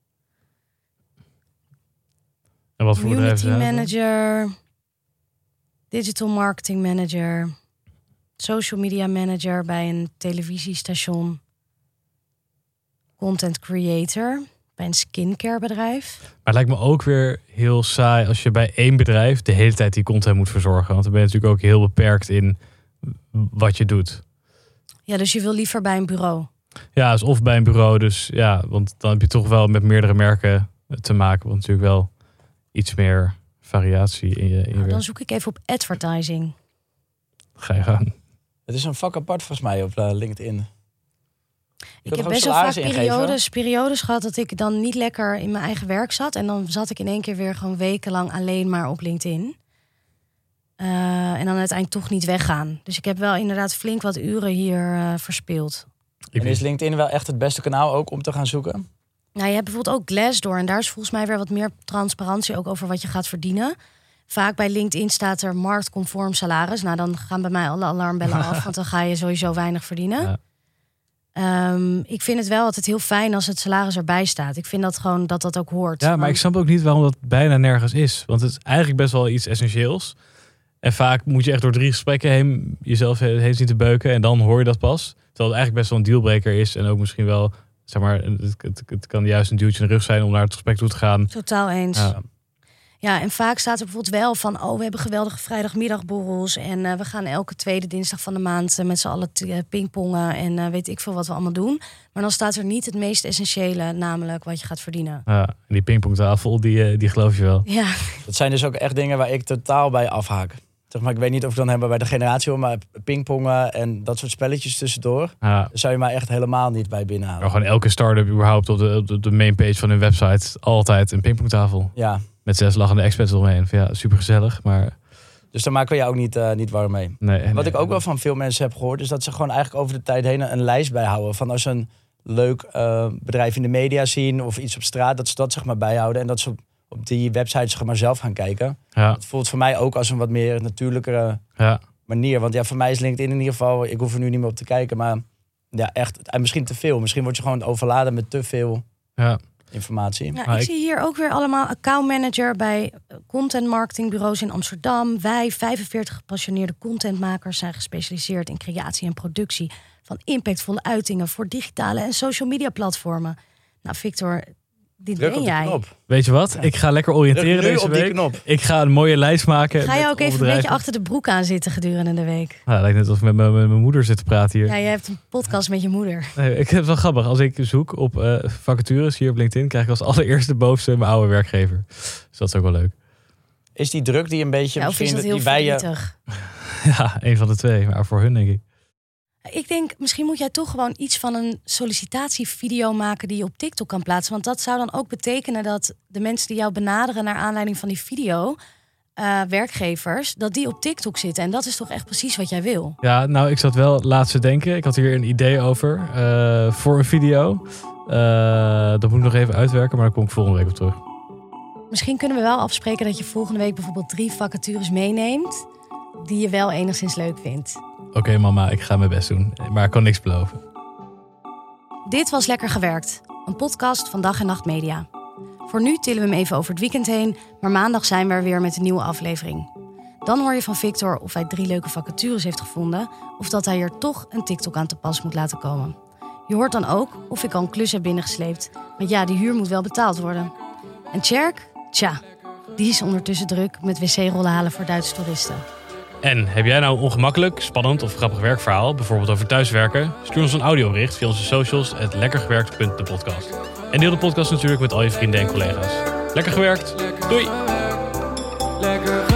En wat voor community bedrijven manager. Digital marketing manager. Social media manager bij een televisiestation. Content creator bij een skincare bedrijf. Maar het lijkt me ook weer heel saai als je bij één bedrijf de hele tijd die content moet verzorgen. Want dan ben je natuurlijk ook heel beperkt in wat je doet. Ja, dus je wil liever bij een bureau. Ja, dus of bij een bureau. Dus ja, want dan heb je toch wel met meerdere merken te maken. Want natuurlijk wel iets meer variatie in je werk. Dan zoek ik even op advertising. Ga je gaan. Het is een vak apart volgens mij op LinkedIn. Ik heb best wel vaak periodes gehad dat ik dan niet lekker in mijn eigen werk zat. En dan zat ik in één keer weer gewoon wekenlang alleen maar op LinkedIn. En dan uiteindelijk toch niet weggaan. Dus ik heb wel inderdaad flink wat uren hier verspeeld. En is LinkedIn wel echt het beste kanaal ook om te gaan zoeken? Nou, je hebt bijvoorbeeld ook Glassdoor. En daar is volgens mij weer wat meer transparantie ook over wat je gaat verdienen. Vaak bij LinkedIn staat er marktconform salaris. Nou, dan gaan bij mij alle alarmbellen af. Want dan ga je sowieso weinig verdienen. Ja. Ik vind het wel altijd heel fijn als het salaris erbij staat. Ik vind dat gewoon dat ook hoort. Ja, maar ik snap ook niet waarom dat bijna nergens is. Want het is eigenlijk best wel iets essentieels. En vaak moet je echt door 3 gesprekken jezelf heen zien te beuken. En dan hoor je dat pas. Terwijl het eigenlijk best wel een dealbreaker is. En ook misschien wel, zeg maar, het kan juist een duwtje in de rug zijn om naar het gesprek toe te gaan. Totaal eens. Ja, en vaak staat er bijvoorbeeld wel van... we hebben geweldige vrijdagmiddagborrels... en we gaan elke tweede dinsdag van de maand... met z'n allen pingpongen en weet ik veel wat we allemaal doen. Maar dan staat er niet het meest essentiële... namelijk wat je gaat verdienen. Ja, en die pingpongtafel, die geloof je wel. Ja. Dat zijn dus ook echt dingen waar ik totaal bij afhaak. Zeg maar, ik weet niet of ik dan hebben bij de generatie... maar pingpongen en dat soort spelletjes tussendoor... daar zou je mij echt helemaal niet bij binnenhalen. Maar gewoon elke start-up überhaupt op de mainpage van hun website... altijd een pingpongtafel. Ja. Met 6 lachende experts eromheen. Ja, super gezellig, maar... Dus daar maken we jou ook niet warm mee. Wat ik ook wel van veel mensen heb gehoord... is dat ze gewoon eigenlijk over de tijd heen een lijst bijhouden. Van als ze een leuk bedrijf in de media zien... of iets op straat, dat ze dat zeg maar bijhouden. En dat ze op die websites zeg maar zelf gaan kijken. Ja. Het voelt voor mij ook als een wat meer natuurlijkere manier. Want ja, voor mij is LinkedIn in ieder geval... ik hoef er nu niet meer op te kijken, maar ja, echt... En misschien te veel. Misschien word je gewoon overladen met te veel... informatie. Nou, ik zie hier ook weer allemaal accountmanager bij content marketingbureaus in Amsterdam. Wij, 45 gepassioneerde contentmakers, zijn gespecialiseerd in creatie en productie van impactvolle uitingen voor digitale en social media platformen. Nou, Victor, dit ben jij. Knop. Weet je wat? Ik ga lekker oriënteren deze week. Knop. Ik ga een mooie lijst maken. Ga je ook even een beetje achter de broek aan zitten gedurende de week? Nou, lijkt net alsof ik met mijn moeder zit te praten hier. Ja, je hebt een podcast met je moeder. Nee, ik heb het wel grappig. Als ik zoek op vacatures hier op LinkedIn... krijg ik als allereerste bovenste mijn oude werkgever. Dus dat is ook wel leuk. Is die druk die een beetje... Of is dat heel verdrietig? Ja, een van de twee. Maar voor hun denk ik. Ik denk, misschien moet jij toch gewoon iets van een sollicitatievideo maken die je op TikTok kan plaatsen. Want dat zou dan ook betekenen dat de mensen die jou benaderen naar aanleiding van die video, werkgevers, dat die op TikTok zitten. En dat is toch echt precies wat jij wil? Ja, nou, ik zat wel laatst te denken. Ik had hier een idee over voor een video. Dat moet ik nog even uitwerken, maar daar kom ik volgende week op terug. Misschien kunnen we wel afspreken dat je volgende week bijvoorbeeld 3 vacatures meeneemt die je wel enigszins leuk vindt. Oké, mama, ik ga mijn best doen. Maar ik kan niks beloven. Dit was Lekker Gewerkt. Een podcast van Dag en Nacht Media. Voor nu tillen we hem even over het weekend heen. Maar maandag zijn we er weer met een nieuwe aflevering. Dan hoor je van Victor of hij 3 leuke vacatures heeft gevonden. Of dat hij er toch een TikTok aan te pas moet laten komen. Je hoort dan ook of ik al een klus heb binnengesleept. Want ja, die huur moet wel betaald worden. En Tjerk? Tja, die is ondertussen druk met wc-rollen halen voor Duitse toeristen. En heb jij nou een ongemakkelijk, spannend of grappig werkverhaal, bijvoorbeeld over thuiswerken? Stuur ons een audiobericht via onze socials @lekkergewerkt.de-podcast. En deel de podcast natuurlijk met al je vrienden en collega's. Lekker gewerkt. Doei! Lekker